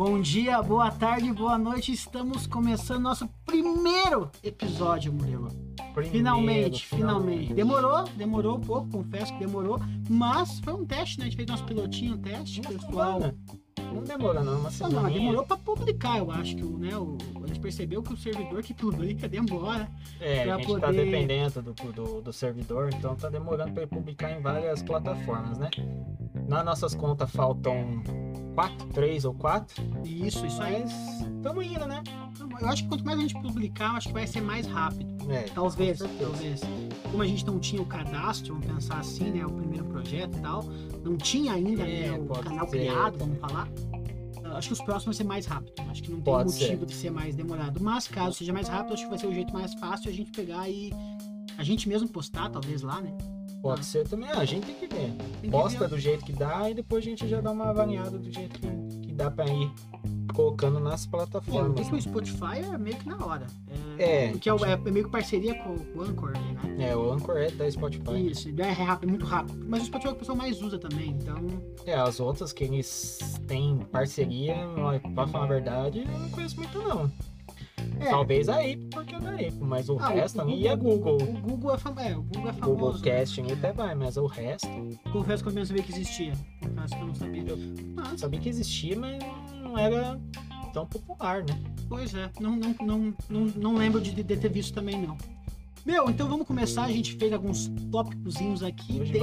Bom dia, boa tarde, boa noite. Estamos começando nosso primeiro episódio, Murilo. Finalmente. Demorou um pouco, confesso que demorou, mas foi um teste, né? A gente fez nosso pilotinho, teste, pessoal. Não demora não, uma semana. Não, demorou pra publicar, eu acho que a gente percebeu que o servidor que publica demora. A gente tá dependendo do servidor, então tá demorando pra ele publicar em várias plataformas, né? Nas nossas contas faltam 3 ou 4. Isso aí. Estamos indo, né? Eu acho que quanto mais a gente publicar, acho que vai ser mais rápido. Talvez. Como a gente não tinha o cadastro, vamos pensar assim, né? O primeiro projeto e tal, não tinha ainda o canal criado, vamos falar. Acho que os próximos vão ser mais rápido. Acho que não tem motivo de ser mais demorado. Mas caso seja mais rápido, acho que vai ser o jeito mais fácil a gente pegar e a gente mesmo postar, talvez lá, né? Pode ser também, a gente tem que ver. Posta do jeito que dá e depois a gente já dá uma avaliada do jeito que dá pra ir colocando nas plataformas. Porque o Spotify é meio que na hora. Que é meio que parceria com o Anchor, né? O Anchor é da Spotify. Isso, é rápido, muito rápido. Mas o Spotify é o que o pessoal mais usa também, então... As outras que eles têm parceria, pra falar a verdade, eu não conheço muito não. Talvez a Apple, porque é da Apple, mas o resto também é Google. O Google é famoso. Google Casting até vai, mas o resto... Confesso que eu não sabia que existia. Confesso que eu não sabia. Eu sabia que existia, mas não era tão popular, né? Pois é, não lembro de ter visto também, não. Então vamos começar. A gente fez alguns tópicozinhos aqui. Hoje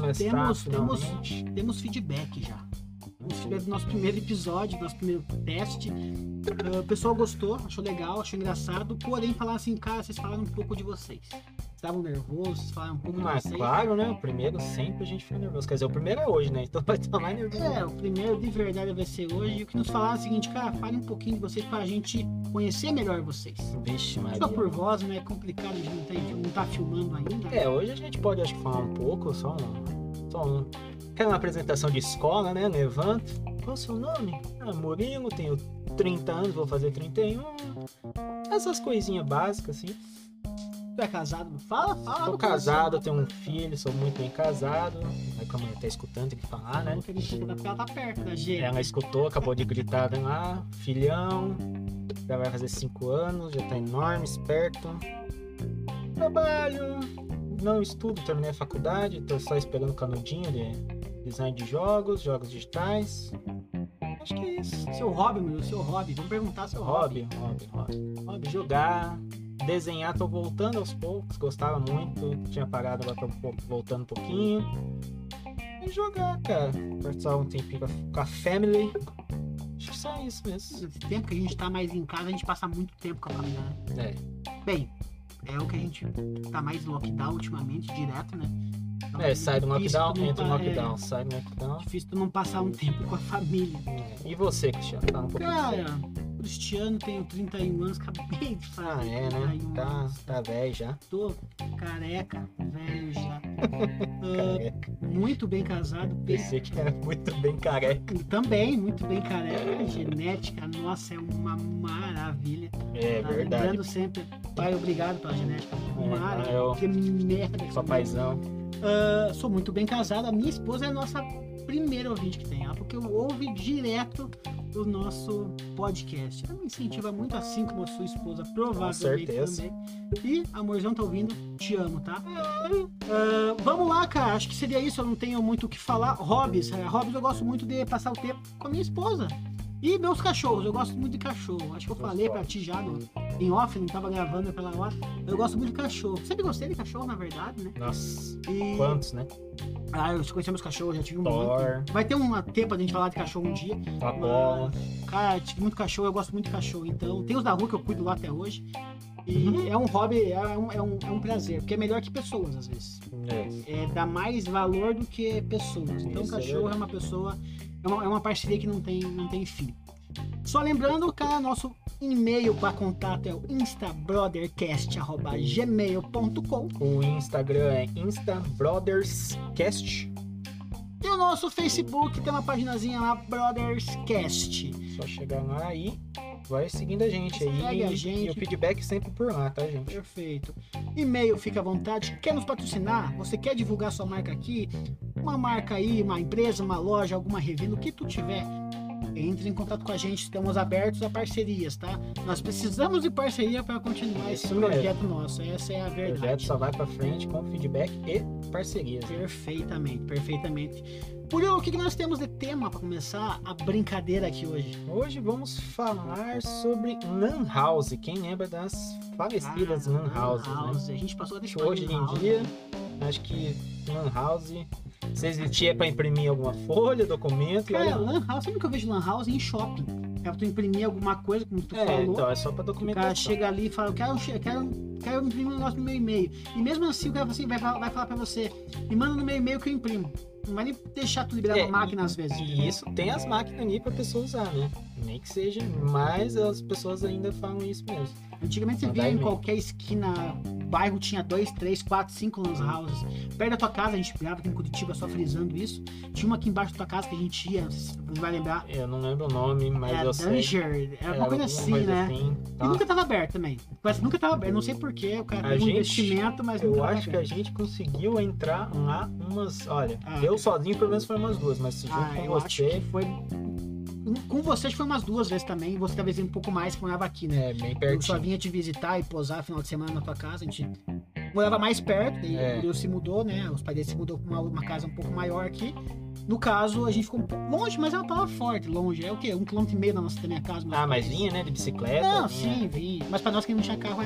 Temos feedback já. Do nosso primeiro episódio, do nosso primeiro teste. O pessoal gostou, achou legal, achou engraçado. Porém, falaram assim, cara, vocês falaram um pouco de vocês. Estavam nervosos, vocês falaram um pouco de vocês. Claro, né? O primeiro sempre a gente fica nervoso. Quer dizer, o primeiro é hoje, né? Então vai estar mais nervoso. O primeiro de verdade vai ser hoje. E o que nos falaram é o seguinte, cara, fale um pouquinho de vocês pra gente conhecer melhor vocês. Vixe, Maria. Só por voz, né? É complicado, a gente não tá filmando ainda. Hoje a gente pode, acho que, falar um pouco, só um... Aquela apresentação de escola, né? Levanto. Qual é o seu nome? Murilo, tenho 30 anos, vou fazer 31. Essas coisinhas básicas, assim. Tu é casado? Fala. Sou casado, tenho um filho, sou muito bem casado. Aí como ela tá escutando, tem que falar, né? Ela tá perto da gente. Ela escutou, acabou de gritar lá. Filhão, já vai fazer 5 anos, já tá enorme, esperto. Trabalho, não estudo, terminei a faculdade, tô só esperando o canudinho de design de jogos digitais. Acho que é isso. Seu hobby, vamos perguntar seu hobby. Hobby, jogar, desenhar, tô voltando aos poucos, gostava muito, tinha parado lá, tô voltando um pouquinho. E jogar, cara, passar um tempinho com a family. Acho que só isso mesmo. Nesse tempo que a gente tá mais em casa, a gente passa muito tempo com a família, né? Bem, é o que a gente tá mais lockdown ultimamente, direto, né? Então, sai do lockdown, entra no lockdown, sai do lockdown. Difícil tu não passar um tempo com a família. E você, Cristiano? Tá um pouquinho. Cara, Cristiano, tenho 31 anos, acabei de fazer. Né? Tá velho já. Tô careca, velho já. Muito bem casado. Pensei que era muito bem careca. Também, muito bem careca. Genética, nossa, é uma maravilha. Verdade. Lembrando sempre, pai, obrigado pela genética. Que merda. Papaizão. Sou muito bem casado. A minha esposa é a nossa primeira ouvinte que tem ela, porque eu ouve direto o nosso podcast. Ela me incentiva muito, assim como a sua esposa provavelmente também. E, amorzão, tá ouvindo? Te amo, tá? Vamos lá, cara. Acho que seria isso. Eu não tenho muito o que falar. Hobbies. Hobbies eu gosto muito de passar o tempo com a minha esposa. E meus cachorros. Eu gosto muito de cachorro. Acho que eu falei pra ti já em off, não tava gravando naquela hora. Eu gosto muito de cachorro. Sempre gostei de cachorro, na verdade, né? Nossa. Quantos, né? Eu conheci meus cachorros, já tive um monte. Vai ter um tempo pra gente falar de cachorro um dia. Uma bola. Cara, tive muito cachorro, eu gosto muito de cachorro. Então, tem os da rua que eu cuido lá até hoje. E é um hobby, é um prazer. Porque é melhor que pessoas, às vezes. Dá mais valor do que pessoas. Então, cachorro é uma pessoa... É uma parceria que não tem fim. Só lembrando, cara, nosso e-mail para contato é o instabrodercast@gmail.com. O Instagram é instabrotherscast. E o nosso Facebook tem uma paginazinha lá, Brotherscast. Só chegar lá e vai seguindo a gente. Segue a gente. E o feedback sempre por lá, tá, gente? Perfeito. E-mail, fica à vontade. Quer nos patrocinar? Você quer divulgar sua marca aqui? Uma marca aí, uma empresa, uma loja, alguma revenda, o que tu tiver, entre em contato com a gente, estamos abertos a parcerias, tá? Nós precisamos de parceria para continuar esse projeto nosso, essa é a verdade. O projeto só vai para frente com feedback e parcerias. Perfeitamente, perfeitamente. Murilo, o que nós temos de tema para começar a brincadeira aqui hoje? Hoje vamos falar sobre Lan House. Quem lembra das falecidas Lan Houses, né? A gente passou a deixar hoje em dia, acho que Lan House, se existia para imprimir alguma folha, documento... Cara, Lan House, sempre que eu vejo Lan House em shopping. É pra tu imprimir alguma coisa, como tu falou. Então, é só pra documentação. O cara chega ali e fala, eu quero imprimir um negócio no meu e-mail. E mesmo assim, o cara assim, vai falar pra você, me manda no meu e-mail que eu imprimo. Não vai nem deixar tu liberar uma máquina às vezes. E isso tem as máquinas ali pra pessoa usar, né? Nem que seja, mas as pessoas ainda falam isso mesmo. Antigamente você via em qualquer esquina, bairro tinha 2, 3, 4, 5 lan houses. Perto da tua casa, a gente grava aqui em Curitiba, só frisando isso. Tinha uma aqui embaixo da tua casa que a gente ia, você vai lembrar. Eu não lembro o nome, mas eu sei. Era uma coisa assim, né? Assim, e nunca tava aberto também. Mas nunca tava aberto, não sei porquê, o cara tem um investimento, mas eu acho que a gente conseguiu entrar lá umas, olha, eu sozinho pelo menos foi umas 2, mas se junto com você... Acho que foi... Com vocês foi umas 2 vezes também, você talvez um pouco mais que morava aqui, né? Bem pertinho. Eu só vinha te visitar e posar final de semana na tua casa, a gente morava mais perto, daí o Deus se mudou, né? Os pais dele se mudou pra uma casa um pouco maior aqui. No caso, a gente ficou um pouco longe, mas é uma palavra forte, longe. É o quê? 1,5 km da minha casa. Mas vinha, né? De bicicleta? Não, sim, vinha. Mas pra nós que não tinha carro,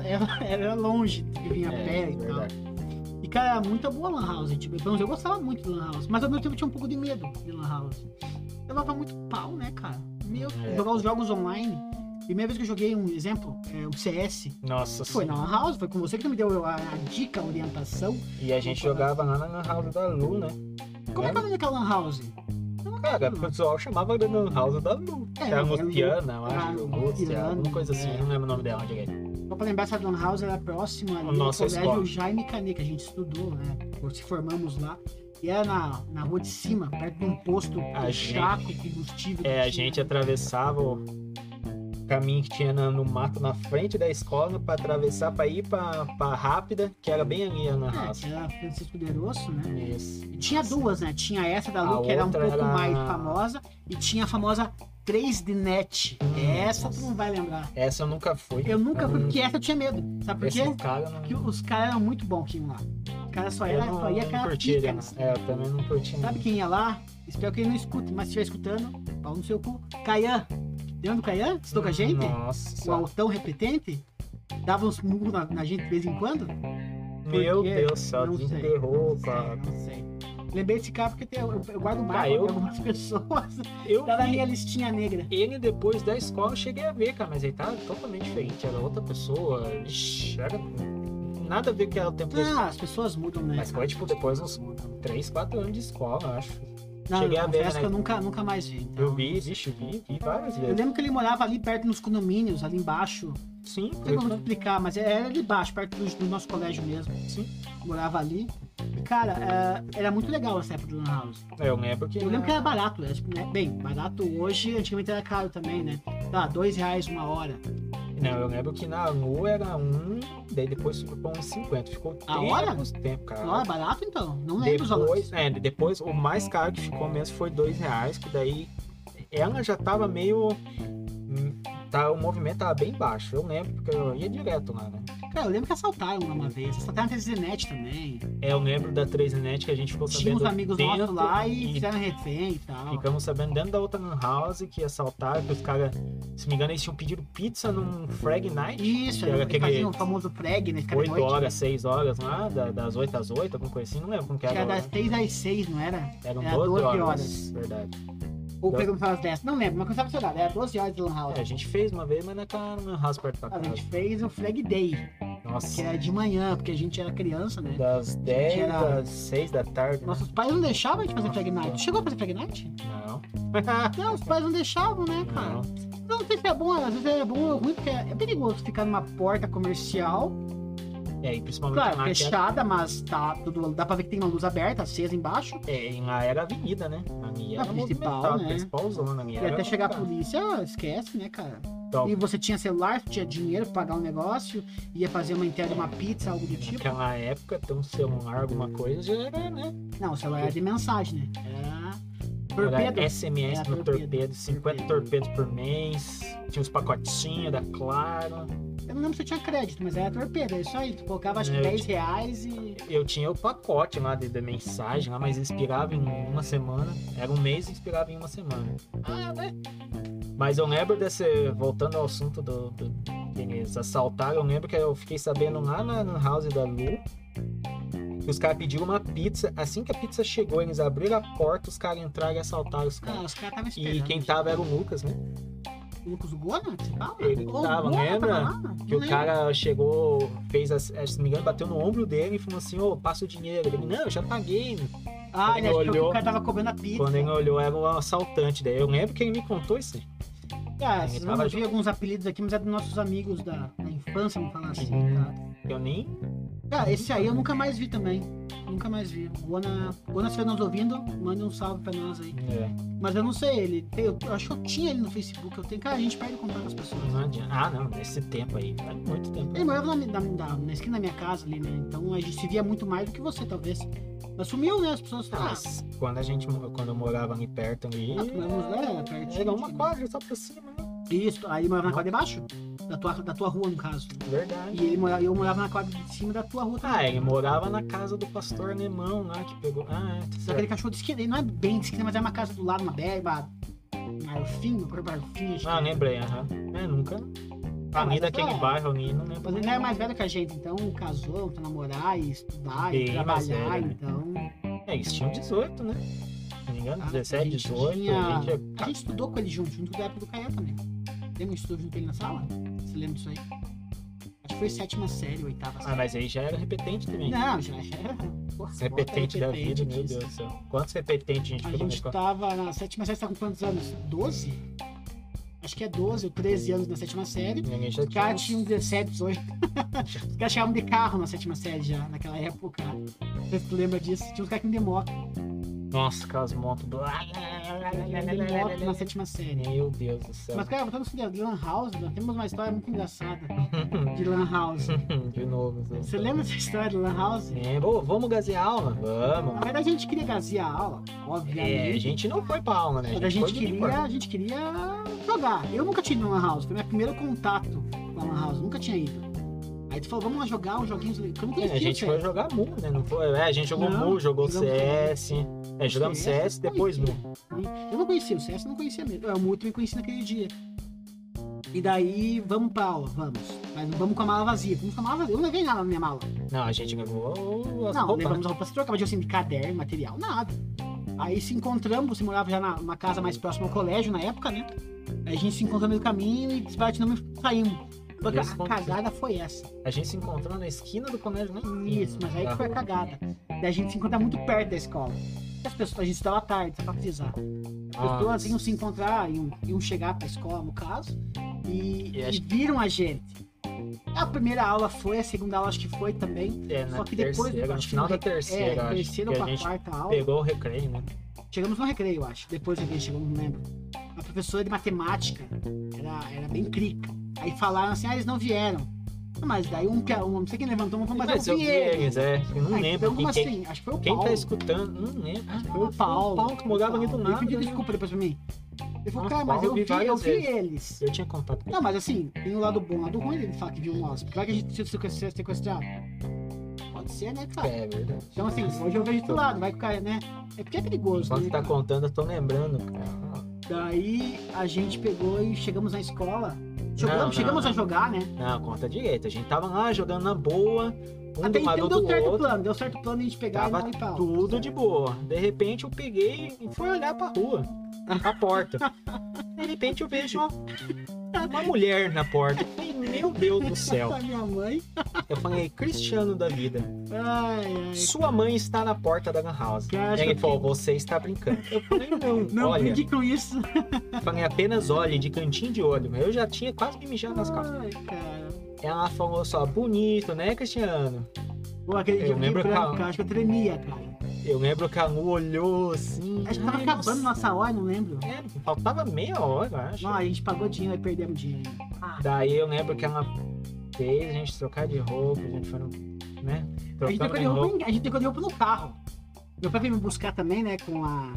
era longe, que vinha a pé e tal. E, cara, muita boa lan house. Tipo, eu gostava muito de lan house, mas ao mesmo tempo eu tinha um pouco de medo de lan house. Eu levava muito pau, né, cara? Jogar os jogos online. Primeira vez que eu joguei um exemplo, um CS. Nossa, foi na Lan House, foi com você que me deu a dica, a orientação. E a gente jogava lá na Lan House da Lu, né? Como é que era aquela Lan House? Cara, o pessoal chamava de Lan House da Lu. Era Luciana, eu acho. Lúcia, alguma coisa assim, não lembro o nome dela direito. Só pra lembrar, essa Lan House era próxima ali do colégio Jaime Canet, que a gente estudou, né? Se formamos lá. E era na rua de cima, perto de um posto chaco, combustível. A gente atravessava o caminho que tinha no mato na frente da escola pra atravessar, pra ir pra Rápida, que era bem ali na raça. Que era Francisco de Rosso, né? Isso. E tinha 2, né? Tinha essa da Lu, que era um pouco mais famosa, e tinha a famosa 3D-Net. Essa tu não vai lembrar. Essa eu nunca fui. Eu nunca fui, porque essa eu tinha medo. Sabe por quê? Porque os caras eram muito bons que iam lá. O cara só ia aquela pica. Eu também não curti. Sabe quem ia lá? Espero que ele não escute, mas se estiver escutando, pau no seu cu. Caian. Lembra do Caian? Estou com a gente? Nossa. O altão repetente? Dava uns murros na gente de vez em quando? Meu Deus, só desenterrou, cara. Não sei. Lembrei desse cara porque eu guardo mais de algumas pessoas. Tá na minha listinha negra. Ele depois da escola eu cheguei a ver, cara, mas ele tava totalmente diferente. Era outra pessoa. Era nada a ver com aquela tempo da escola. As pessoas mudam, né? Mas foi tipo depois uns 3, 4 anos de escola, eu acho. Não, cheguei a ver, né? Que eu nunca mais vi. Então. Eu vi várias vezes. Eu lembro que ele morava ali perto nos condomínios, ali embaixo. Sim. Não sei como explicar, mas era ali embaixo, perto do nosso colégio mesmo. Sim. Morava ali. E, cara, era muito legal essa época do Lan House. Eu lembro que era barato. Né? Bem, barato hoje, antigamente era caro também, né? Tá, R$2 uma hora. Não, eu lembro que na Lu era 1, daí depois ficou pra 1,50. Ficou tempo, cara. Não, é barato então? Não lembro os valores. Depois o mais caro que ficou mesmo foi R$2, que daí ela já tava meio... o movimento tava bem baixo, eu lembro, porque eu ia direto lá, né? Cara, eu lembro que assaltaram uma vez, assaltaram a 3D-Net também. Eu lembro da 3D-Net que a gente ficou sabendo. Tinha uns amigos nossos lá e fizeram refém e tal. Ficamos sabendo dentro da outra Lan House que assaltaram, que os caras, se me engano, eles tinham pedido pizza num Frag Night. Isso, era aquele faziam o famoso Frag, né? 8 horas, 6 horas lá, das 8 às 8, alguma coisa assim, não lembro como que era. Era das 6 às 6, não era? Eram 12 horas. Verdade. Ou pegamos às 10, não lembro, mas começava a ser era 12 horas de Lan House. A gente fez uma vez, mas naquela Lan House perto da casa. A gente fez o Frag Day. Nossa. Que era de manhã, porque a gente era criança, né? Das 10 às 6 da tarde. Nossos pais não deixavam a gente fazer Frag Night. Tu chegou a fazer Frag Night? Não. Não, os pais não deixavam, né, cara? Não sei se é bom, às vezes é bom ou ruim, porque é perigoso ficar numa porta comercial. E principalmente claro, fechada, mas tá tudo, dá pra ver que tem uma luz aberta, acesa embaixo. E lá era a avenida, né? Ali era a principal, né? Principal zona, e até chegar a polícia, esquece, né, cara? Então, e você tinha celular, tinha dinheiro pra pagar um negócio, ia fazer uma entrega de uma pizza, algo do tipo. Naquela época, ter um celular, alguma coisa, já era, né? Não, o celular era de mensagem, né? Torpedo? Era SMS no torpedo, 50 torpedos por mês. Tinha os pacotinhos da Claro. Eu não lembro se eu tinha crédito, mas era torpedo, é isso aí. Tu colocava acho que R$10 e... Eu tinha o pacote lá de mensagem, lá, mas expirava em uma semana. Era um mês e expirava em uma semana. Mas eu lembro desse... Voltando ao assunto que eles assaltaram, eu lembro que eu fiquei sabendo lá na house da Lu que os caras pediram uma pizza. Assim que a pizza chegou, eles abriram a porta, os caras entraram e assaltaram os caras. Os caras estavam esperando. E quem tava era o Lucas, né? O Lucas Gona? Que você fala? Ele tava, lembra? Que o cara chegou, fez, se não me engano, bateu no ombro dele e falou assim, passa o dinheiro. Ele, não, eu já paguei. Ele achou que o cara tava cobrando a pizza. Quando ele olhou, era um assaltante. Daí eu lembro que ele me contou isso aí. Vocês vão ouvir alguns apelidos aqui, mas é dos nossos amigos da infância, vamos falar assim, tá? Eu nem... Esse aí eu nunca mais vi também. Nunca mais vi. Gona, se estiver nos ouvindo, mande um salve pra nós aí. Mas eu não sei, eu acho que eu tinha ele no Facebook. A gente perde contato com as pessoas. Não adianta. Não, nesse tempo aí. Faz muito tempo. Ele morava na esquina da minha casa ali, né? Então a gente se via muito mais do que você, talvez. Mas sumiu, né? As pessoas falaram. Mas quando eu morava ali perto ali. Era uma quadra só pra cima, né? Isso, aí ele morava na quadra de baixo. Da tua rua, no caso. Verdade. E eu morava na quadra de cima da tua rua também. Ele morava na casa do pastor alemão lá que pegou. Só aquele cachorro de esquina, ele não é bem de esquina, mas é uma casa do lado, uma Marfim, lembrei, nunca. Pra mim daquele bairro ali, não lembro. Mas ele é mais velho que a gente, então casou, pra namorar e estudar e trabalhar, então. Eles tinham 18, né? Se não me engano, 17, 18. A gente estudou com ele junto da época do Caio também. Lembra que estudou junto com ele na sala? Você lembra disso aí? Acho que foi 7ª série, 8ª série. Mas aí já era repetente também. Não, já era. Repetente da vida, meu Deus do céu. Quantos repetentes a gente pegou na escola? Tava na 7ª série, você tá com quantos anos? 12? Acho que é 12 ou 13 anos na 7ª série. Os caras tinham 17, 18. Os caras chegavam de carro na 7ª série já, naquela época. Não sei se tu lembra disso. Tinha uns caras que iam de moto. Nossa, aquelas motos. De moto na 7ª série. Meu Deus do céu. Mas, cara, voltando assim de Lan House, nós temos uma história muito engraçada de Lan House. De novo. Você lembra dessa história de Lan House? Vamos gazear a aula? Vamos. Na verdade, a gente queria gazear a aula, obviamente. A gente não foi pra aula, né? Mas a gente queria jogar. Eu nunca tinha ido na Lan House, foi meu primeiro contato com a Lan House, nunca tinha ido. Aí tu falou, vamos lá jogar uns joguinhos que eu não conhecia. A gente foi jogar Mu, né? Não foi? A gente jogou Mu, jogou CS. Jogamos CS, depois Mu. Eu não conhecia o CS, eu não conhecia mesmo. O Mu eu também conheci naquele dia. E daí, vamos pra aula, vamos. Mas vamos com a mala vazia. Vamos com a mala vazia. Eu não levei nada na minha mala. Não, a gente levou as roupas. Levamos a roupa, você trocava de caderno, material, nada. Aí se encontramos, você morava já numa casa mais próxima ao colégio na época, né? Aí a gente se encontrou no meio do caminho e desbaratinamos e saímos. Porque a cagada foi essa. A gente se encontrou na esquina do colégio, né? Isso, mas aí que foi a cagada. Daí a gente se encontra muito perto da escola. As pessoas, a gente estudava tarde, só pra frisar. As pessoas iam se encontrar, iam chegar pra escola, no caso, e viram a gente. A primeira aula foi, a segunda aula acho que foi também. Só que depois. No final da terceira, terceira ou pra quarta aula. Pegou o recreio, né? Chegamos no recreio, eu acho. Depois a gente chegou, não lembro. A professora de matemática era bem crica. Aí falaram assim, eles não vieram. Mas daí não sei quem levantou, mas eu vi eles. Eu não lembro. Então, assim? Acho que foi o Paulo. Quem tá escutando, não lembro. Foi o Paulo. O Paulo que morava ali do nada. Ele pediu desculpa depois pra mim. Ele falou, cara, mas eu vi eles. Eu tinha contato com ele. Não, mas assim, tem o lado bom, o lado ruim dele falar que viu nós. Porque vai que a gente se sequestrado. Pode ser, né, cara? É verdade. Então, assim, hoje eu vejo do lado, vai que o cara, né? É porque é perigoso. Enquanto né, tá contando, eu tô lembrando, cara. Daí a gente pegou e chegamos na escola. Chegamos a jogar, né? Não, conta direito. A gente tava lá jogando na boa. Até então deu certo o plano de a gente pegar e ir pra tudo de boa. De repente eu peguei e fui olhar pra rua, pra porta. De repente eu vejo uma mulher na porta. Meu Deus do céu. A minha mãe. Eu falei, Cristiano da vida. Ai. Sua mãe está na porta da Lan House. E ele falou, você está brincando. Eu falei, não olha. brinque com isso. Eu falei, apenas olhe, de cantinho de olho. Eu já tinha quase me mijado nas calças. Ai, cara. Ela falou só, bonito, né, Cristiano? Pô, aquele dia acho que eu tremia, cara. Eu lembro que a Lu olhou assim. Acho que tava acabando nossa hora, não lembro. Faltava meia hora, eu acho. Não, a gente pagou dinheiro e perdemos dinheiro. Daí eu lembro que ela fez a gente trocar de roupa, a gente foi no. Né? A gente trocou de roupa no carro. Meu pai veio me buscar também, né? Com a.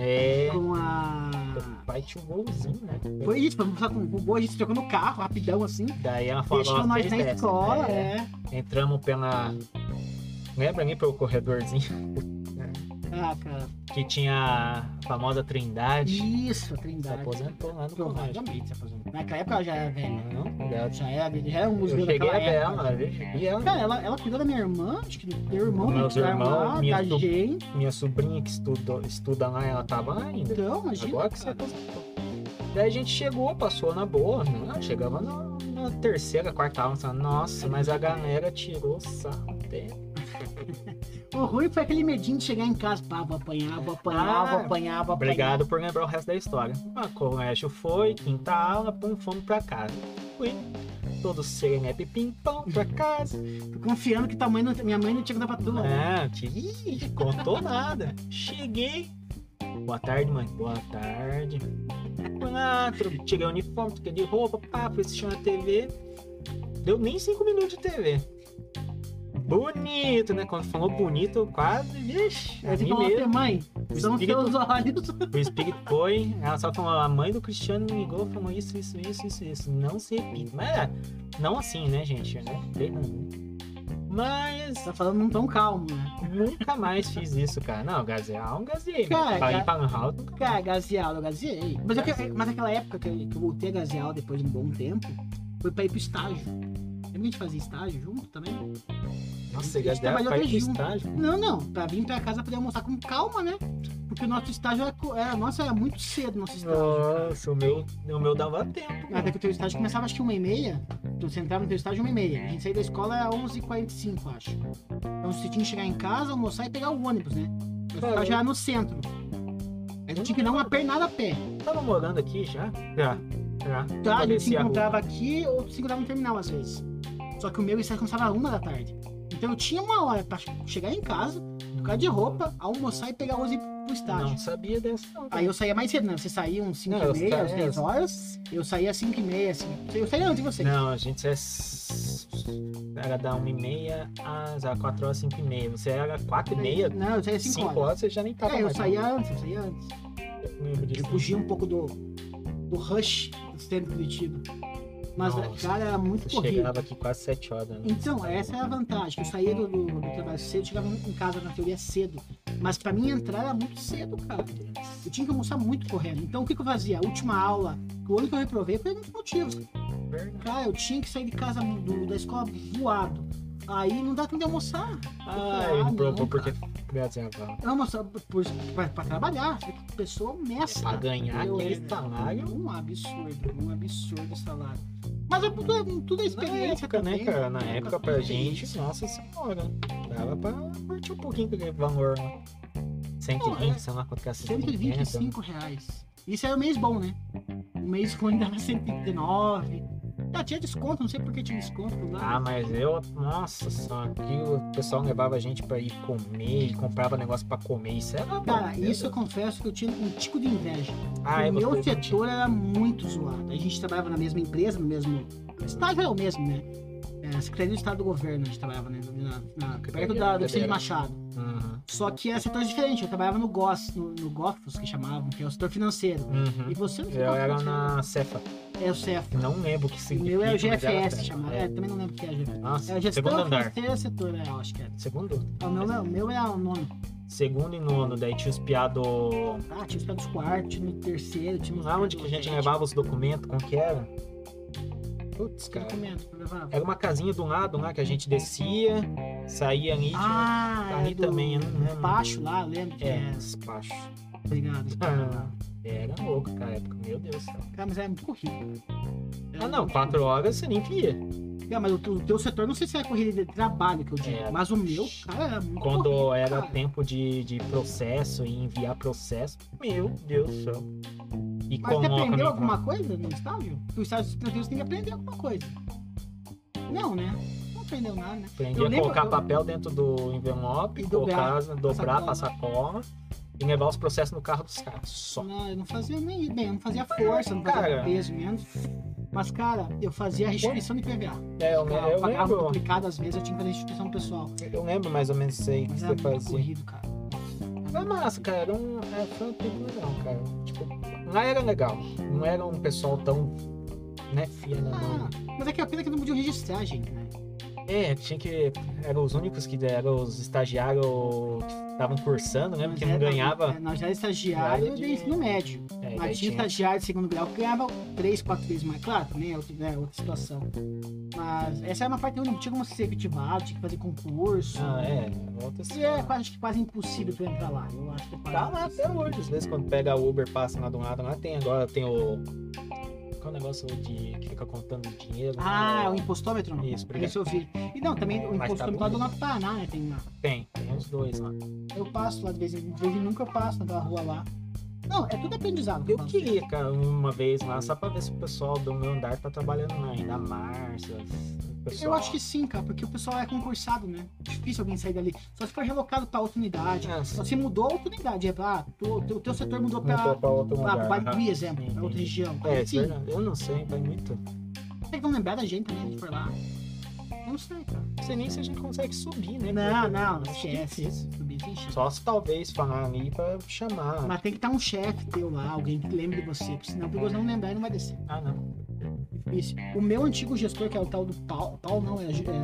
O pai tinha um golzinho, né? Foi isso, foi me buscar com o gol, a gente trocou no carro, rapidão assim. Daí ela falou. Deixou nós na escola, Entramos pela. Lembra ali pelo corredorzinho? Cara. Que tinha a famosa Trindade. Isso, a Trindade. Se aposentou lá no colégio. Provavelmente se aposentou. Naquela época ela já era velha. Não, já era um museu daquela época. Ela. Cara, ela cuidou da minha irmã, acho que do meu irmão, meus irmãos, gente. Minha sobrinha que estuda lá, ela tava lá ainda. Então, imagina. Agora que você aposentou. Daí a gente chegou, passou na boa, né? Chegava na terceira, quarta aula, nossa, mas a galera tirou sarro até. O ruim foi aquele medinho de chegar em casa, vou apanhar. Obrigado por lembrar o resto da história. O colégio foi, quinta aula, fomos pra casa. Fui, todo serelepe pimpão pra casa. Confiando que minha mãe não tinha que dar pra tu. Contou nada. Cheguei. Boa tarde, mãe. Boa tarde. Fui lá, tirei o uniforme, troquei de roupa, fui assistir na TV. Deu nem 5 minutos de TV. Bonito, né? Quando falou bonito, eu quase, vixe. Aí você falou pra mãe, são seus olhos. O espírito foi, ela só falou, a mãe do Cristiano me ligou, falou isso. Não se repita. Mas não assim, né, gente? Mas... Tá falando não tão calmo, né? Nunca mais fiz isso, cara. Não, gazear, gazei. Cara, ir pra Lan House, cara, gazear, eu gazeei. Mas aquela época que eu voltei a gazear depois de um bom tempo, foi pra ir pro estágio. Lembra que a gente fazia estágio junto também? Nossa, você gazeava pra ir pro estágio? Não, pra vir pra casa poder almoçar com calma, né? Porque o nosso estágio era muito cedo, nosso estágio. Nossa, o meu dava tempo. Até que o teu estágio começava acho que 1h30. Você entrava no teu estágio 1h30. A gente saía da escola era 11h45, acho. Então você tinha que chegar em casa, almoçar e pegar o ônibus, né? O estágio era no centro. Aí tinha que dar uma pernada a pé. Tava morando aqui já? Já. Tá, a gente se encontrava aqui ou se encontrava no terminal às vezes. Só que o meu estágio começava às 1h da tarde. Então eu tinha uma hora pra chegar em casa, trocar de roupa, almoçar e pegar o ônibus pro estágio. Não sabia dessa. Não. Aí eu saía mais cedo, né? Você saía uns 5h30, às 10 horas. Eu saía às 5h30, assim. Eu saía antes de você. Não, a gente era da 1h30 às 4 horas, 5h30. Você era 4h30? Não, eu saía 5 horas. Você já nem tava eu mais. saía antes. Eu lembro disso. Eu fugia um pouco do rush do centro de Curitiba. Mas, cara, era muito corrido. Chegava aqui quase 7 horas. Né? Então, essa é a vantagem. Eu saía do trabalho cedo, chegava em casa, na teoria, cedo. Mas pra mim entrar era muito cedo, cara. Eu tinha que almoçar muito correndo. Então, o que eu fazia? A última aula, o ano que eu reprovei foi muitos motivos. Cara, eu tinha que sair de casa da escola voado. Aí não dá tempo de almoçar. Ele provou porque almoçar pra trabalhar. A pessoa mestra. Pra ganhar aquele salário. Um absurdo o salário. Mas tudo é experiência também. Né, cara? Na época pra gente, nossa senhora. Dava pra curtir um pouquinho com aquele valor, né? 120, sei lá quanto que é 125 reais. Isso era o mês bom, né? O mês ruim dava 119. Tinha desconto, não sei por que tinha desconto lá. Mas nossa senhora, aqui o pessoal levava a gente pra ir comer e comprava negócio pra comer. Isso era bom. Cara, isso eu confesso que eu tinha um tico de inveja. O meu setor era muito zoado. A gente trabalhava na mesma empresa, no mesmo estágio é o mesmo, né? Secretaria do Estado do Governo, a gente trabalhava, né? Perto da Vicente Machado. Uhum. Só que era setores diferentes. Eu trabalhava no GOFOS, que chamavam, que é o setor financeiro. Uhum. E você não sei Eu era na Cefa. É o CEF. Não lembro o que significa. O meu é o GFS, chamado. Também não lembro o que é o GFS. Nossa, é a gestão segundo andar. Setor, eu acho que é. Segundo? O meu é o nono. Segundo e nono, daí tinha os piados. Tinha os piados quarto, tinha no terceiro, tinha os. Onde que a gente levava os documentos? Como que era? Putz, cara. Era uma casinha do lado lá que a gente descia, saía ali. Ali também, despacho lá, eu lembro que era. Despacho. Obrigado. Era louco, cara, época. Meu Deus. Cara, mas era muito corrido. 4 horas você nem via. Mas o teu setor, não sei se é corrida de trabalho que eu digo, mas o meu, cara, era muito quando corrido, era tempo de processo e enviar processo, meu Deus do céu. Mas você aprendeu alguma coisa no estágio? No estágio estrangeiros você tem que aprender alguma coisa. Não, né? Não aprendeu nada, né? Aprendi a colocar papel dentro do envelope, dobrar pra sacola e levar os processos no carro dos caras. Só. Não, eu não fazia nem bem, eu não fazia força, não fazia peso menos. Mas, cara, eu fazia a restituição de PVA. Eu pagava lembro. duplicado, às vezes eu tinha que fazer restituição pessoal. Eu lembro mais ou menos isso aí que você fazia. Corrido, cara. Foi massa, cara. Foi um tempo legal, cara. Tipo, lá era legal. Não era um pessoal tão, né, fia na mão. Mas é que a pena que não podiam registrar a gente, né? Tinha que... Eram os únicos que eram os estagiários que estavam cursando, né? Porque não ganhava... Nós já era estagiário de ensino médio. Mas tinha estagiário de segundo grau que ganhava 3, 4 vezes mais. Claro, também é outra situação. Mas essa era uma parte única. Tinha como ser efetivado, tinha que fazer concurso. E acho que quase impossível tu entrar lá. Eu acho que tá lá até hoje. Às vezes quando pega a Uber, passa lá do lado, lá tem o... Qual é o negócio de que fica contando dinheiro? O impostômetro? Isso, obrigado. Isso eu vi. E não, também o impostômetro lá do Norte Paraná, né? Tem os dois lá. Eu passo lá de vez em nunca eu passo naquela rua lá. Não, é tudo aprendizado. Eu queria, cara, uma vez lá, só pra ver se o pessoal do meu andar tá trabalhando lá, ainda Márcia. Eu acho que sim, cara, porque o pessoal é concursado, né? Difícil alguém sair dali. Só se for relocado pra outra unidade. Só se mudou a outra unidade. O teu setor mudou pra outro lugar. Barigui, exemplo, pra outra região. Sim. Eu não sei, vai muito. Vocês vão lembrar da gente também, se for lá. Eu não sei, cara. Não sei nem se a gente consegue subir, né? Não, esquece. Subir sem chance. Só se talvez falar ali pra chamar. Mas tem que estar um chefe teu lá, alguém que lembre de você, porque senão o perigoso não lembrar e não vai descer. Não. Isso. O meu antigo gestor, que é o tal do Paulo não,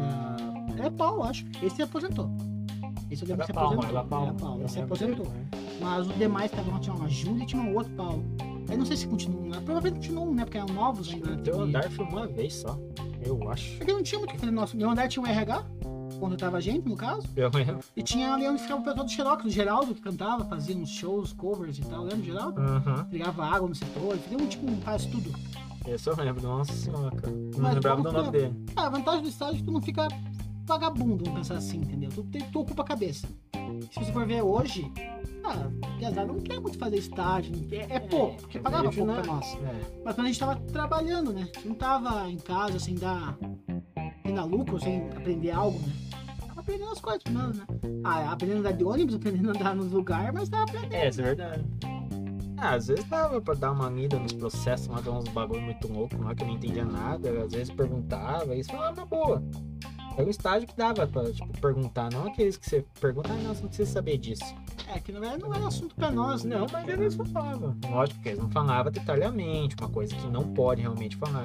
é Paulo, acho. Esse se aposentou. Esse eu lembro que se aposentou. Era Paulo. Esse se aposentou. Mas os demais estavam, tinha uma Júlia e tinha um outro Paulo. Eu não sei se continuam lá. Provavelmente continuam, né? Porque eram novos ainda. Teu andar foi uma vez só, eu acho. Porque não tinha muito o que fazer nosso. Meu andar tinha um RH, quando tava a gente, no caso. Eu lembro. E tinha ali onde ficava o pessoal do Xerox, do Geraldo, que cantava, fazia uns shows, covers e tal. Lembra do Geraldo? Ligava água no setor, faz tudo. Esse eu lembro, nossa senhora, cara. Não lembrava do nome dele. A vantagem do estágio é que tu não fica vagabundo, vamos pensar assim, entendeu? Tu ocupa a cabeça. Se você for ver hoje, não quer muito fazer estágio, é pouco, porque pagava pouco pra nós. Mas quando a gente tava trabalhando, né? A gente não tava em casa sem dar lucro, sem aprender algo, né? Tava aprendendo as coisas, primeiro, né? Aprendendo a andar de ônibus, aprendendo a andar nos lugares, mas tava aprendendo. Isso é verdade. Às vezes dava pra dar uma lida nos processos, lá dar uns bagulho muito louco lá que eu não entendia nada, às vezes perguntava, isso foi uma boa. Era um estágio que dava pra, tipo, perguntar, não aqueles que você pergunta, não, você não precisa saber disso. Que não era assunto pra nós, né? Não, mas eles falavam. Lógico que eles não falavam detalhadamente, uma coisa que não pode realmente falar,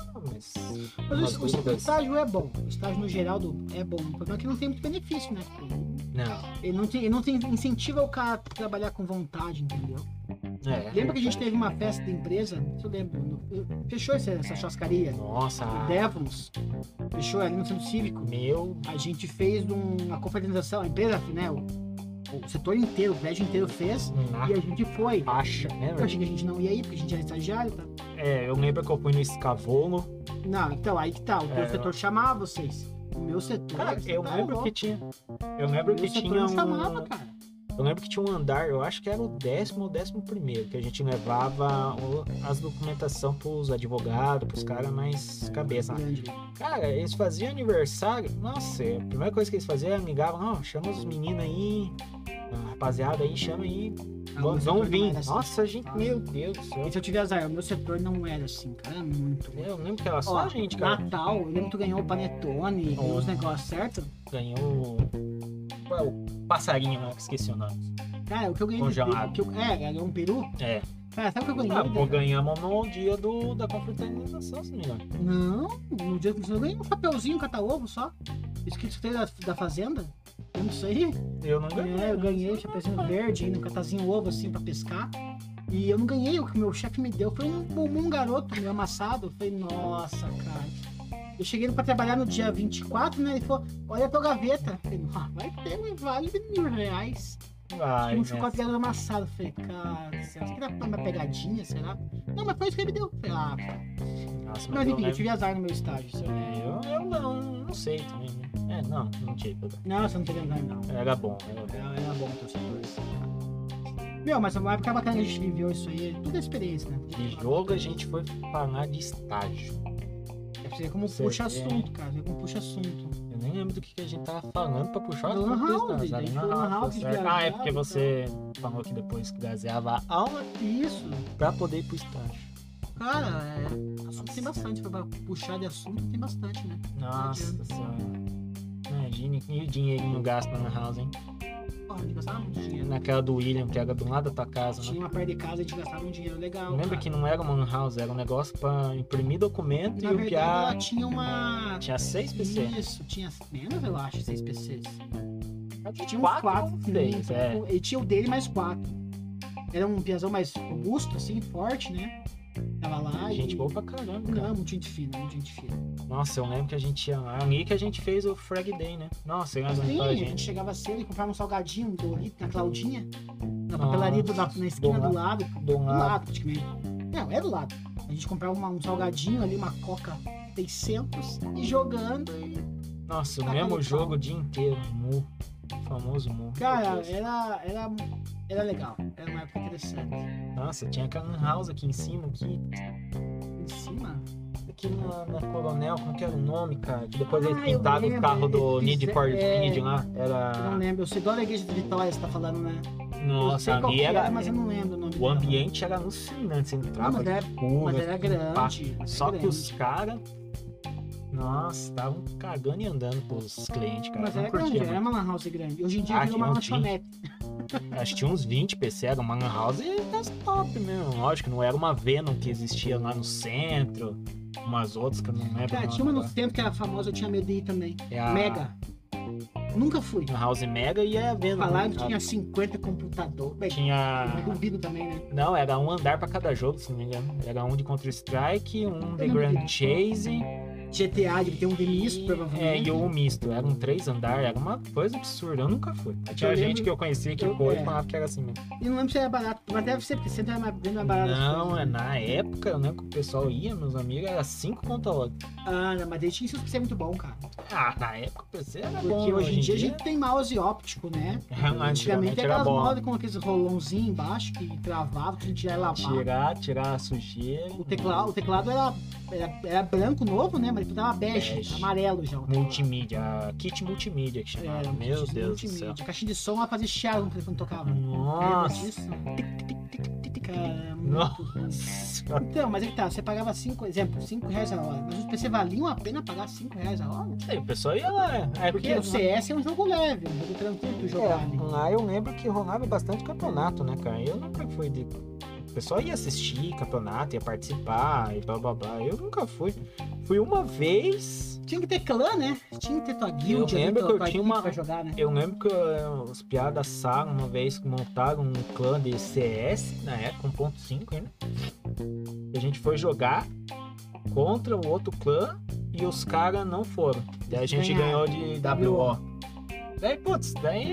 mas o estágio é bom, o estágio no geral é bom, o problema é que não tem muito benefício, né? Não. Ele não tem incentiva o cara a trabalhar com vontade, entendeu? Lembra que a gente teve uma festa da empresa? Eu lembro. Fechou essa churrascaria. Nossa. O Devons. Fechou ali no centro cívico. A gente fez uma confraternização. A empresa, né? O setor inteiro, o prédio inteiro fez. E a gente foi. Acha, né? Eu achei que a gente não ia ir, porque a gente era estagiário, tá? Eu lembro que eu fui no Escavolo. Não, então, aí que tá. O teu setor chamava vocês. O meu setor. Eu lembro que tinha. Eu lembro que tinha um. Chamava, cara. Eu lembro que tinha um andar, eu acho que era o 10º ou 11º, que a gente levava as documentação pros advogados, pros caras mais cabeça. Cara, eles faziam aniversário, nossa, a primeira coisa que eles faziam era ligavam, chama os meninos aí, a rapaziada aí, chama aí, vão vir. Nossa, gente, meu Deus do céu. E se eu tiver azar, o meu setor não era assim, cara, muito. Eu lembro que era só a gente, cara. Natal, eu lembro que tu ganhou o Panetone, ganhou os negócios, certo? Ganhou o passarinho, né? Esqueci o nome. Cara, o que eu ganhei congelado. Ganhou um peru? Cara, sabe o que eu ganhei? Ganhamos no dia da confraternização, se não me engano. Não, no dia que eu ganhei um papelzinho cata-ovo só. Escrito da fazenda. Eu não sei. Eu não ganhei. Eu ganhei um chapeuzinho verde, um catazinho ovo assim pra pescar. E eu não ganhei, o que o meu chefe me deu foi um garoto meio amassado. Eu falei, nossa, cara. Eu cheguei pra trabalhar no dia 24, né? Ele falou, olha a tua gaveta. Eu falei, vai ter um vale de R$1.000. Vai, um chocolate dela amassado. Eu falei, cara, será que dá pra uma pegadinha, será? Não, mas foi isso que ele me deu. Eu falei, Nossa, mas enfim, eu tive azar no meu estágio. Eu não sei também, né? Não tive. Não, você não teve azar, não. Era bom. Era bom o torcedor. Meu, mas uma época bacana que a gente viveu isso aí. Tudo é experiência, né? De jogo a gente foi falar de estágio. Você vê como puxa assunto, cara. Vê como puxa assunto. Eu nem lembro do que a gente tava falando pra puxar assunto. É porque você falou que depois que gaseava a aula, isso, pra poder ir pro estágio. Cara, assunto tem bastante. Pra puxar de assunto tem bastante, né? Nossa senhora. Imagine, e o dinheirinho gasto na house, hein? a gente gastava muito dinheiro. Naquela do William, que era do lado da tua casa, né? Tinha uma parte de casa, a gente gastava um dinheiro legal. Lembra cara. que não era uma lan house, era um negócio pra imprimir documento Na e o verdade, Piá... ela tinha uma... Tinha 6 PC. Isso, tinha menos, eu acho, 6 PCs. Tinha uns 4 4 deles, E tinha o dele mais 4. Era um piazão mais robusto, assim, forte, né? Tava lá Gente e... boa pra caramba, cara. Não, muito gente fina, muito gente fina. Nossa, eu lembro que a gente ia lá. Ali que a gente fez o Frag Day, né? Nossa, eu Sim, lembro a a gente gente. chegava cedo e comprava um salgadinho, um Dorito na Claudinha. Na papelaria na esquina do lado. Do lado, praticamente. Não, é do lado. A gente comprava um salgadinho ali, uma Coca 600 e jogando e... Nossa, o Tacando mesmo pau. jogo o dia inteiro. Mu. O famoso Mu. Cara, era legal. Era uma época interessante. Nossa, tinha aquela lan house aqui em cima, aqui Em cima? na Coronel, como que era o nome, cara? Que depois eles eu pintaram o lembro, carro do eles Need for fizeram- Speed lá. Eu não Era. lembro. Eu sei da igreja de Vitória, você tá falando, né? Eu Nossa, sei qual ali que era. mas eu não lembro o nome O dela. ambiente era alucinante, você Não, entrava mas era, escuro, mas era assim, pá. grande. mas Só era que os grande. caras. Nossa, estavam cagando e andando pros clientes, cara. Mas Não era curtia grande, muito. era uma lan house grande. Hoje em dia virou uma tinha uns 20. lanchonete. Acho que tinha uns 20 PC, era uma lan house e das top mesmo. Lógico, não era uma Venom que existia lá no centro, umas outras que eu não lembro. Cara, o tinha uma nome no centro que era famosa, eu tinha medo de ir também. É a- Mega. Nunca fui. Uma House Mega e a Venom. Falaram que né? tinha 50 computadores. Bem, Tinha. eu duvido também, né? Não, era um andar pra cada jogo, se não me engano. Era um de Counter-Strike, um de não Grand duvido. Chase. GTA, deve ter um de misto, E provavelmente. o misto. Eram 3 andares, era uma coisa absurda. Eu nunca fui. Tinha Eu gente lembro- que eu conhecia que eu- foi é. e falava que era assim mesmo. E não lembro se era barato, mas deve ser, porque sempre era bem mais barato. as Não, coisas, né? na época, eu lembro que o pessoal ia, meus amigos, era 5 conto a hora. Ah, não, mas ele tinha isso PC muito bom, cara. Ah, na época o PC era Porque bom. hoje em dia a gente tem mouse óptico, né? Antigamente era era aquelas bom. mouse com aqueles rolãozinhos embaixo que travava, que a gente ia lavar. Tirar a sujeira. O teclado era branco novo, né? Mas ele tava bege, amarelo já. O teclado. Multimídia, kit multimídia que chamava. Era um Meu kit Deus do multimídia. céu. Caixinha de som ela fazia chiado no telefone tocava. Nossa. Lembra disso? Cara, muito ruim. Nossa. Então, mas é que tá, você pagava 5 reais a hora. Mas os PC valiam a pena pagar 5 reais a hora? Aí o pessoal ia lá. É Porque o CS é um jogo leve, um jogo tranquilo de jogar ali. lá eu lembro que rolava bastante campeonato, né, cara? Eu nunca fui de. O pessoal ia assistir campeonato, ia participar e blá blá blá. Eu nunca fui. Fui uma vez. Tinha que ter clã, né? Tinha que ter tua guild Eu ali, lembro que eu tua tinha equipe uma- pra jogar, né? Eu lembro que os piadas da sala uma vez montaram um clã de CS, na época, 1.5 ainda. E a gente foi jogar contra o outro clã e os caras não foram. Daí a gente Ganharam. ganhou de WO. Daí, putz,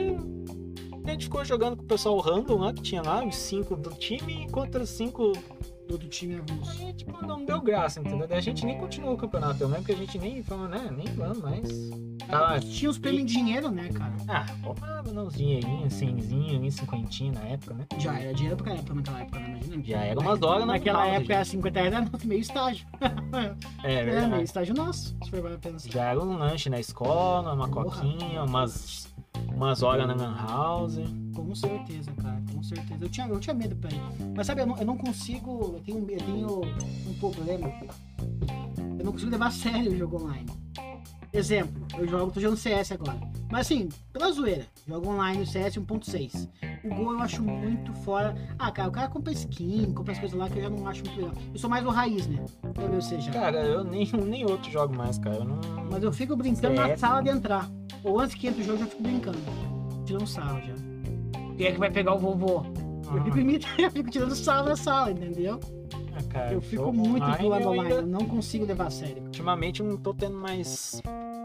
a gente ficou jogando com o pessoal random lá, que tinha lá, os 5 do time contra 5. Do outro time avulso. Aí, tipo, não deu graça, entendeu? Daí a gente nem continuou o campeonato. Eu lembro que a gente nem falou, né? Nem vamos mais. Tá, Tinha os prêmios em dinheiro, né, cara? roubava não, uns dinheirinhos, 100zinho, ali, 50 na época, né? Já era dinheiro pra caramba naquela época, né? Imagina. Já era umas horas Naquela house, época era 50 reais, era nosso meio estágio. É É, meio verdade. estágio nosso, se for para pensar. Já era um lanche na escola, uma Porra. coquinha, umas horas na lan house. Com certeza, cara, com certeza. Eu tinha medo pra ir. Mas sabe, eu não consigo. Eu tenho um problema. Eu não consigo levar a sério o jogo online. Exemplo, tô jogando CS agora. Mas assim, pela zoeira, jogo online o CS 1.6. O Gol eu acho muito fora. Ah, cara, o cara compra skin, compra as coisas lá que eu já não acho muito legal. Eu sou mais o raiz, né? Pra ver você já. Cara, eu nem outro jogo mais, cara. Eu não... Mas eu fico brincando na CS, sala de entrar. Ou antes que entre o jogo, eu já fico brincando. Tirando sarro já. Quem é que vai pegar o vovô? Eu fico imitando, eu fico tirando sarro na sala, entendeu? Cara, Eu fico jogo muito online, pulando eu online, ainda- eu não consigo levar a sério. Ultimamente eu não tô tendo mais,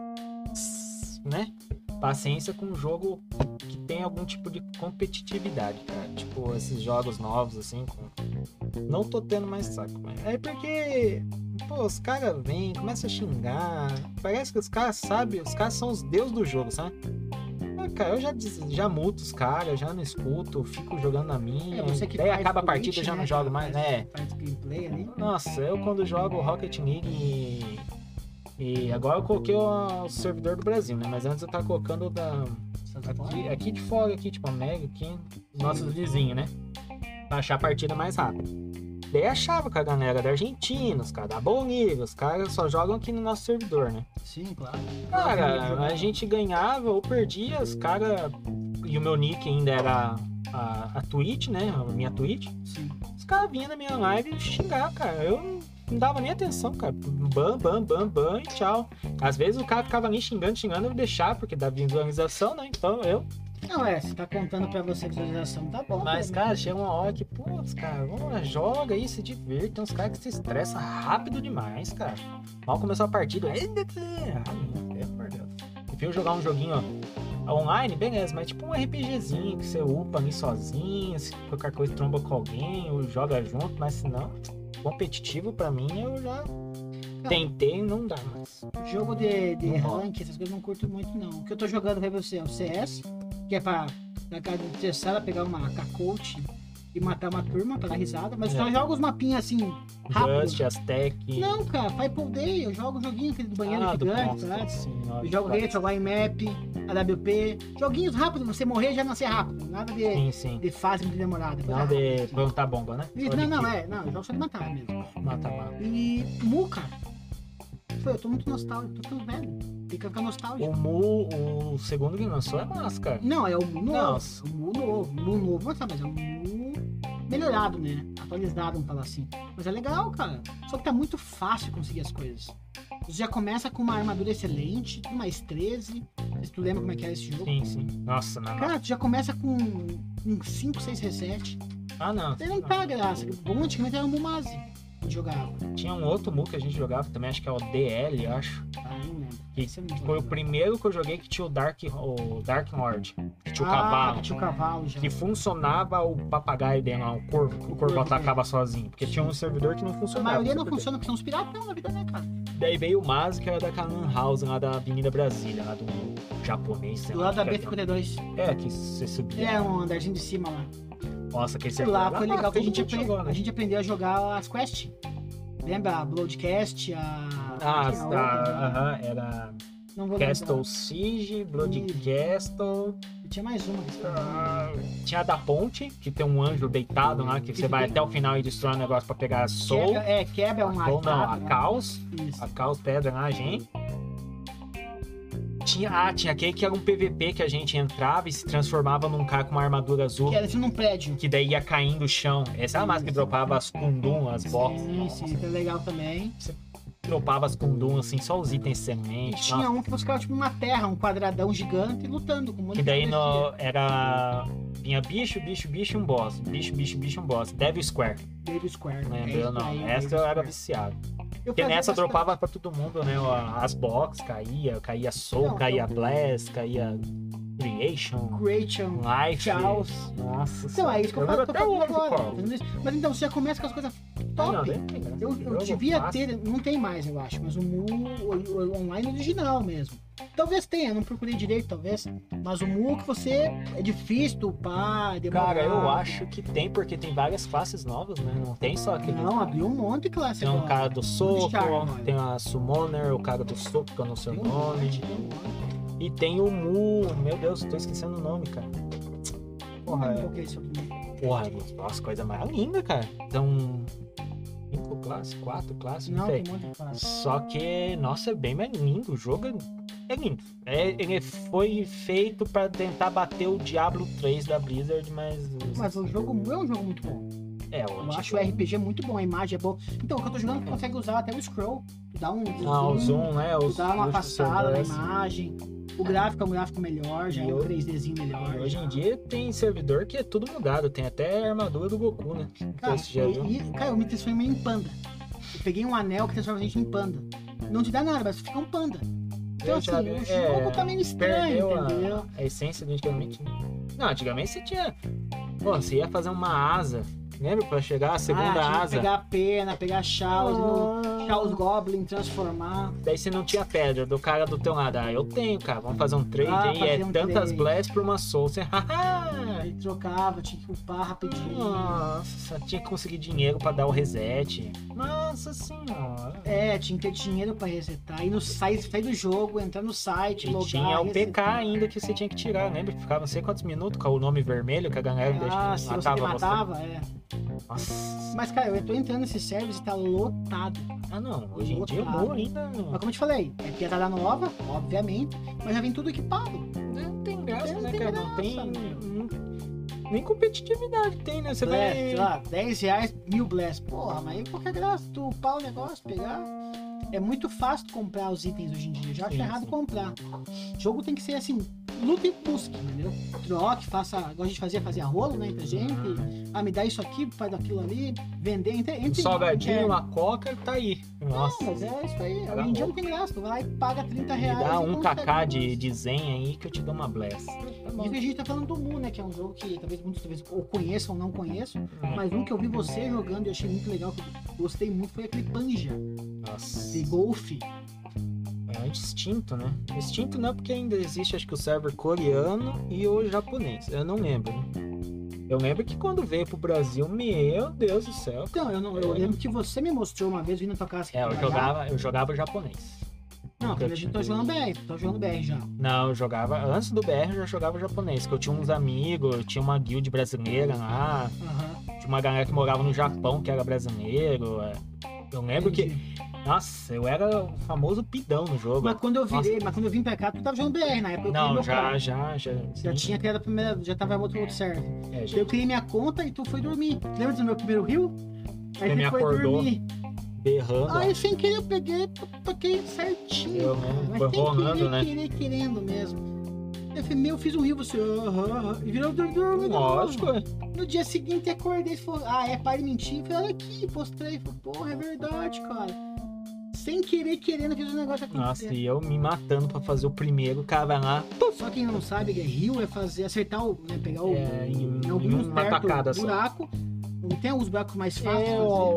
né, paciência com um jogo que tem algum tipo de competitividade, cara. Tipo, esses jogos novos, assim, não tô tendo mais saco. É porque, pô, os caras vêm, começam a xingar. Parece que os caras sabem, os caras são os deuses do jogo, sabe? Ah, cara, eu já muto os caras, já não escuto, fico jogando na minha. Você que daí faz acaba a Twitch, partida, já né, não jogo cara? mais, né? Faz gameplay ali. Nossa, eu quando jogo Rocket League e agora eu coloquei o servidor do Brasil, né? Mas antes eu tava colocando o da aqui de fora, aqui, tipo a Mega, aqui, os nossos vizinhos, né? Pra achar a partida mais rápido. Daí achava com a galera da Argentina, os caras da Bolívia, os caras só jogam aqui no nosso servidor, né? Sim, claro. Cara, a gente ganhava ou perdia, os caras e o meu nick ainda era a Twitch, né? A minha Twitch. Sim. Os caras vinham na minha live xingar, cara. Eu não dava nem atenção, cara. Ban e tchau. Às vezes o cara ficava ali xingando, eu deixava, porque dá visualização, né? Então eu... Não, você tá contando pra você a visualização, tá bom. Mas, cara, chega uma hora que, pô, os caras, vamos lá, joga aí, se divirte. Tem uns caras que se estressam rápido demais, cara. Mal começou a partida. Pelo amor de Deus. Prefiro jogar um joguinho online, beleza, mas tipo um RPGzinho que você upa ali sozinho, se qualquer coisa tromba com alguém, ou joga junto, mas se não, competitivo pra mim eu já tentei e não dá mais. Jogo de rank, essas coisas eu não curto muito não. O que eu tô jogando pra você é o CS, que é pra na casa interessada pegar uma K-Coach e matar uma turma pra dar risada, mas eu só jogo os mapinhas assim, rápido. Just, Aztec. Não, cara, Five Day, eu jogo um joguinho aquele do banheiro gigante, sabe? Eu jogo Hate, jogo IMAP, AWP, joguinhos rápidos, você morrer já nascer rápido, nada de fase muito demorada. Não de plantar bomba, né? Não, eu jogo só de matar mesmo. Mata. E Mu, cara, eu tô muito nostálgico, tô ficando velho, fica nostálgico. O Mu, o segundo que lançou é massa, cara. Não, é o Mu novo. Nossa. O Mu novo, mas é um Mu melhorado, né? Atualizado, vamos falar assim. Mas é legal, cara. Só que tá muito fácil conseguir as coisas. Você já começa com uma armadura excelente, mais 13. Se tu lembra como é que era esse jogo? Sim. Nossa, não. Cara, tu já começa com 5, 6 reset. Ah, não. Você nem tá graça. Bom, antigamente era um Mumazi que jogava. Tinha um outro Mu que a gente jogava também, acho que é o DL, acho. Ah, não lembro. Que foi o primeiro que eu joguei que tinha o Dark Lord. Que tinha o cavalo. Tinha o cavalo já. Que funcionava o papagaio dele lá, o corvo atacava sozinho. Porque tinha um servidor que não A funcionava. maioria não funciona porque são os piratão na vida, né, cara? Daí veio o Maz, que era daquela Lan House lá da Avenida Brasília, lá do japonês. Do lado da B52. É, que você subia. É, um andarzinho de cima lá. Nossa, aquele servidor lá foi legal que a a gente aprendeu a jogar as quests. Lembra? A Bloodcast, era não vou Castle lembrar. Siege, Blood Castle. E tinha mais uma. Tinha a da ponte, que tem um anjo deitado lá, que você vai até o final e destrói um negócio pra pegar a Soul. Quebra uma Ou não, a Caos. Isso. A Caos pedra lá, gente. Tinha aquele que era um PVP que a gente entrava e se transformava num cara com uma armadura azul. Que era assim num prédio. Que daí ia caindo o chão. Essa era a massa que dropava as Kundum, as boxes. Sim, foi legal também. Você dropava as Kundum, assim, só os itens sementes. E tinha um que você ficava tipo numa terra, um quadradão gigante, lutando com um monte que daí era... vinha bicho e um boss. Bicho, um boss. Devil Square. Devil Square. Lembra? Não. Essa eu era viciado. Porque nessa dropava pra todo mundo, né? As box caía Soul, caía Blast, caía Creation, Life. Chaos. Nossa. Então, é isso que eu falo, tô falando agora. Mas então, você já começa com as coisas top. Eu devia ter, não tem mais, eu acho, mas o Mu o online original mesmo. Talvez tenha, não procurei direito, talvez. Mas o Mu que você é difícil upar, demorado. Cara, eu acho que tem, porque tem várias classes novas, né? Não tem só aquele. Não, abriu um monte de classe. Tem um cara do soco, tem a a Summoner, o cara do soco, que eu não sei o nome. E tem o Mu, meu Deus, tô esquecendo o nome, cara. Porra, nossa, coisa mais linda, cara. Então, 5 classes, 4 classes, não sei. Tem um monte de classe. Só que, nossa, é bem mais lindo. O jogo é lindo. Ele foi feito pra tentar bater o Diablo 3 da Blizzard, mas o jogo Mu é um jogo muito bom. Eu acho o RPG muito bom, a imagem é boa. Então, o que eu tô jogando, tu consegue usar até o scroll. Tu dá o zoom, né? Tu dá uma passada na imagem. O gráfico é um gráfico melhor, já é um 3Dzinho melhor. E hoje em dia tem servidor que é tudo mudado. Tem até a armadura do Goku, né? Cara, eu me transformei em panda. Eu peguei um anel que transforma a gente em panda. Não te dá nada, mas tu fica um panda. Então assim, o jogo tá meio estranho, entendeu? A essência do antigamente. Não, antigamente você tinha... Pô, você ia fazer uma asa... Lembra? Pra chegar a segunda asa. Pegar a pena, pegar Chaos Goblin, transformar. Daí você não tinha pedra do cara do teu lado. Eu tenho, cara. Vamos fazer um trade aí. Tantas Blast por uma Soul. Você... Aí trocava, tinha que upar rapidinho. Nossa, tinha que conseguir dinheiro pra dar o reset. Nossa senhora. Tinha que ter dinheiro pra resetar. E sair do jogo, entrar no site, logar. Tinha o PK ainda que você tinha que tirar. Lembra que ficava não sei quantos minutos com o nome vermelho que a galera se você matava, Nossa. Mas, cara, eu tô entrando nesse service e tá lotado. Não. Hoje em dia eu morro ainda. Mas como eu te falei, é piada nova, obviamente, mas já vem tudo equipado. Não tem graça, né? né, cara? Não tem... Nem competitividade tem, né? Você vai... Sei lá, R$10, 1000 Blast. Porra, mas aí qualquer graça, tu upar o negócio, pegar... É muito fácil comprar os itens hoje em dia. Já acho errado comprar. O jogo tem que ser assim, luta e busca, entendeu? Troque, faça, igual a gente fazia rolo, né, entre a gente. Me dá isso aqui, faz aquilo ali, vender, entre um salgadinho, uma coca, tá aí. Nossa. Mas é isso aí. Hoje em dia não tem graça. Tu vai lá e paga R$30. Me dá 1kk de zen aí que eu te dou uma bless. E o que a gente tá falando do Mu, né? Que é um jogo que talvez muitos ou conheçam ou não conheçam. Mas um que eu vi você jogando e eu achei muito legal, que eu gostei muito, foi aquele Panja. Nossa. De golfe. É distinto, né? Distinto não, porque ainda existe, acho que o server coreano e o japonês. Eu não lembro. Eu lembro que quando veio pro Brasil, meu Deus do céu. Então, eu lembro que você me mostrou uma vez vindo na tua casa. Eu jogava japonês. Não, a gente tá jogando BR, já. Não, eu jogava, antes do BR eu já jogava japonês, que eu tinha uns amigos, eu tinha uma guild brasileira lá, tinha uma galera que morava no Japão que era brasileiro. Eu lembro que, nossa, eu era o famoso pidão no jogo. Mas quando eu vim pra cá, tu tava jogando BR na época. Não, já tinha criado a primeira, já tava outro server. Eu criei minha conta e tu foi dormir. Lembra do meu primeiro rio? Aí você foi dormir. Berrando. Aí sem querer eu peguei, toquei certinho. Mas foi rolando, né? Querendo mesmo. Eu falei, fiz um rio, você. E virou dormir. Lógico. No dia seguinte acordei e falou, para de mentir. Eu falei, olha aqui, postei. Falei, porra, é verdade, cara. Sem querendo, fiz um negócio acontecer. Nossa, e eu me matando pra fazer o primeiro, o cara vai lá. Só quem não sabe, rio é acertar pegar o. Em uma tacada só. Buraco. Tem os buracos mais fáceis.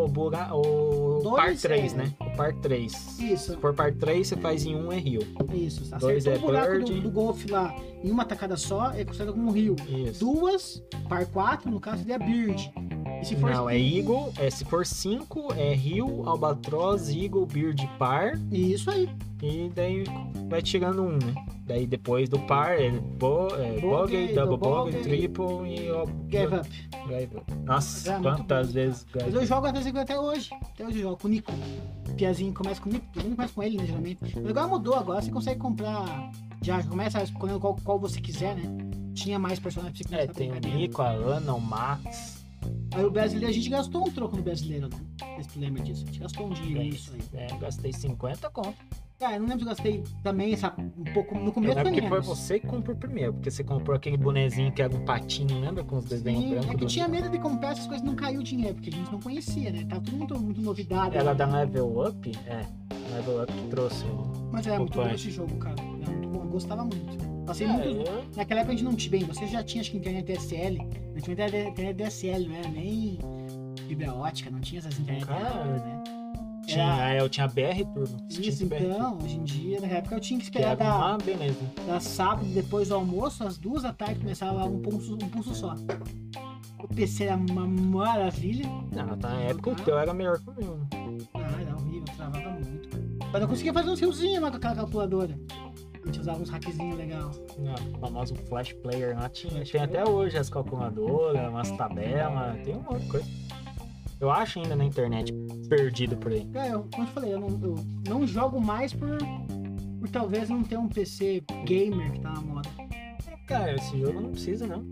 O par 3, né? O par 3. Isso. Se for par 3, você faz em um, é rio. Isso. Acertou o buraco do golfe lá em uma tacada só, é considerado como um rio. Isso. 2, par 4, no caso, seria bird. E se for não, é eagle. Se for 5, é rio, albatroz, eagle, bird, par. Isso aí. E daí vai tirando um, né? Daí depois do par é bogey, double bogey, triple e give up. Nossa, quantas vezes. Mas eu jogo até hoje. Até hoje eu jogo com o Nico. O Piazinho começa com o Nico, não começa com ele, né, geralmente. O negócio mudou agora, você consegue comprar. Já começa escolhendo qual você quiser, né? Tinha mais personagens pra você começar. Tem o Nico, a Ana, o Max. Aí o brasileiro, a gente gastou um troco no brasileiro, né? Você lembra disso? A gente gastou um dinheiro nisso aí. Gastei 50 conto. Eu não lembro se eu gastei também um pouco no começo. Eu lembro que foi você que comprou primeiro, porque você comprou aquele bonezinho que era um patinho, lembra? Com os desenhos brancos. É que eu tinha medo de comprar essas coisas e não caiu o dinheiro, porque a gente não conhecia, né? Tava tudo muito novidade. Ela da Level Up? Level Up que trouxe. Mas era muito bom esse jogo, cara. Era muito bom, eu gostava muito. Passei muito. Naquela época a gente não tinha. Bem, você já tinha, acho que internet DSL. Não tinha internet DSL, não era nem fibra ótica, não tinha essas internet, né? Eu tinha BR Turbo. Isso, então, hoje em dia, na época eu tinha que esperar da sábado, depois do almoço, às 2 da tarde, começava um pulso só. O PC era uma maravilha. Não, na época o teu era melhor que o meu. Era horrível, travava muito. Mas eu conseguia fazer uns riozinhos lá com aquela calculadora. A gente usava uns hackzinhos legais. O famoso Flash Player lá tem até hoje as calculadoras, umas tabelas, tem um monte de coisa. Eu acho ainda na internet perdido por aí. Como eu falei, eu não jogo mais por talvez não ter um PC gamer que tá na moda. Cara, esse jogo não precisa, não.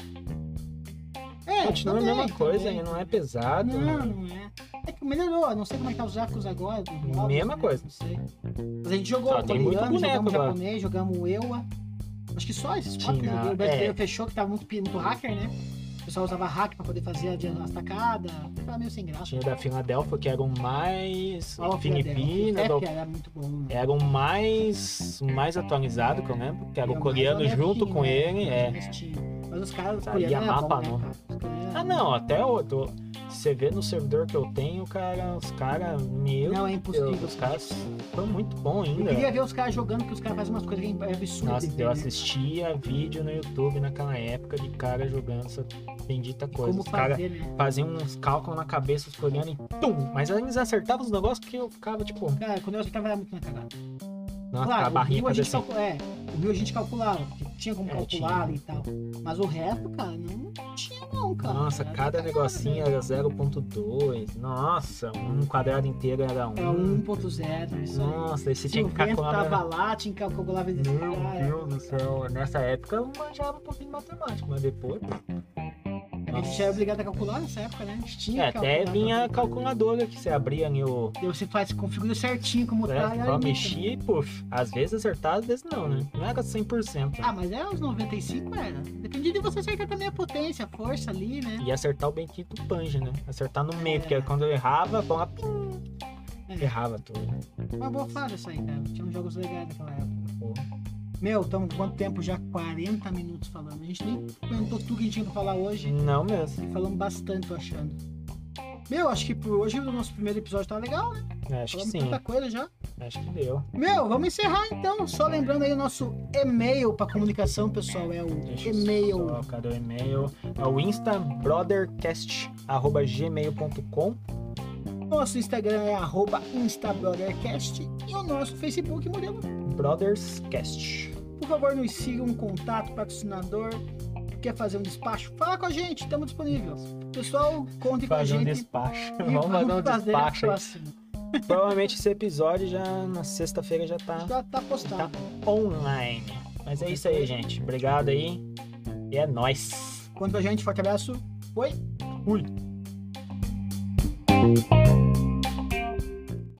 Continua a mesma coisa, não é pesado. Não é. É que melhorou, não sei como é que tá os gráficos agora. Mesma coisa. Não sei. Mas a gente jogou coreano, jogamos japonês, jogamos EWA. Acho que só esses 4 jogos. O brasileiro fechou, que tava muito hacker, né? O pessoal usava hack pra poder fazer as tacadas. Ficava meio sem graça. Tinha da Filadélfia, que era o mais Filipina. Era muito bom. Né? Era o mais atualizado, que eu lembro. Que era o coreano junto com ele. Mas os caras coreanos mapa bom, né, não, até outro. Você vê no servidor que eu tenho, os caras, não, é impossível. Os caras são muito bons ainda. Eu queria ver os caras jogando, porque os caras fazem umas coisas absurdas. Nossa, eu assistia vídeo no YouTube naquela época de cara jogando essa bendita coisa. Como os caras faziam uns cálculos na cabeça, os coreanos e tum! Mas eles acertavam os negócios que eu ficava tipo. Cara, quando eu acertava era muito na cagada. Nossa, Claro, a barrinha o Rio a fazia gente assim. o Rio a gente calculava, porque tinha como calcular tinha. e tal. Mas o resto, cara, não tinha não, cara. Nossa, Era cada cagada, negocinho velho. era 0.2. Nossa, um quadrado inteiro era 1. Era 1.0, isso aí. Nossa, aí você Se tinha o que vento calcular. tava lá, tinha que calcular a Meu velocidade. Deus do céu. Nessa época eu manjava um pouquinho de matemática, mas depois. A gente era obrigado a calcular nessa época, né? A gente tinha que Até calcular. vinha a calculadora que você abria ali o. Daí você configura certinho como tá. E Só aí, mexia e puf. Às vezes acertava, às vezes não, né? Não era 100%. Ah, mas é os 95 era. Dependia de você acertar também a potência, a força ali, né? E acertar o bendito punch, né? Acertar no meio, É. porque quando eu errava, pô, pim, É. errava tudo. Uma boa fase essa aí, cara. Tinha uns jogos legais naquela época. Pô. Meu, estamos quanto tempo já? 40 minutos falando. A gente nem comentou tudo que a gente tinha pra falar hoje. Não mesmo. E falamos bastante, tô achando. Meu, acho que por hoje o nosso primeiro episódio tá legal, né? Acho que Falamos sim. tanta coisa já. Acho que deu. Meu, vamos encerrar então. Só lembrando aí o nosso e-mail para comunicação, pessoal. É o Deixa eu e-mail. só, cadê o e-mail? É o instabrothercast@gmail.com. Nosso Instagram é @instabrothercast. E o nosso Facebook, Murilo. Brotherscast. Por favor, nos siga um contato, patrocinador. Quer fazer um despacho? Fala com a gente, estamos disponíveis. Pessoal, conte com a Fazer um gente. despacho. E Vamos fazer um fazer despacho a aí. próxima. Provavelmente esse episódio já na sexta-feira já tá Já tá postado. online. Mas é isso aí, gente. Obrigado aí. E é nóis. Conte com a gente, forte abraço. Foi. Fui.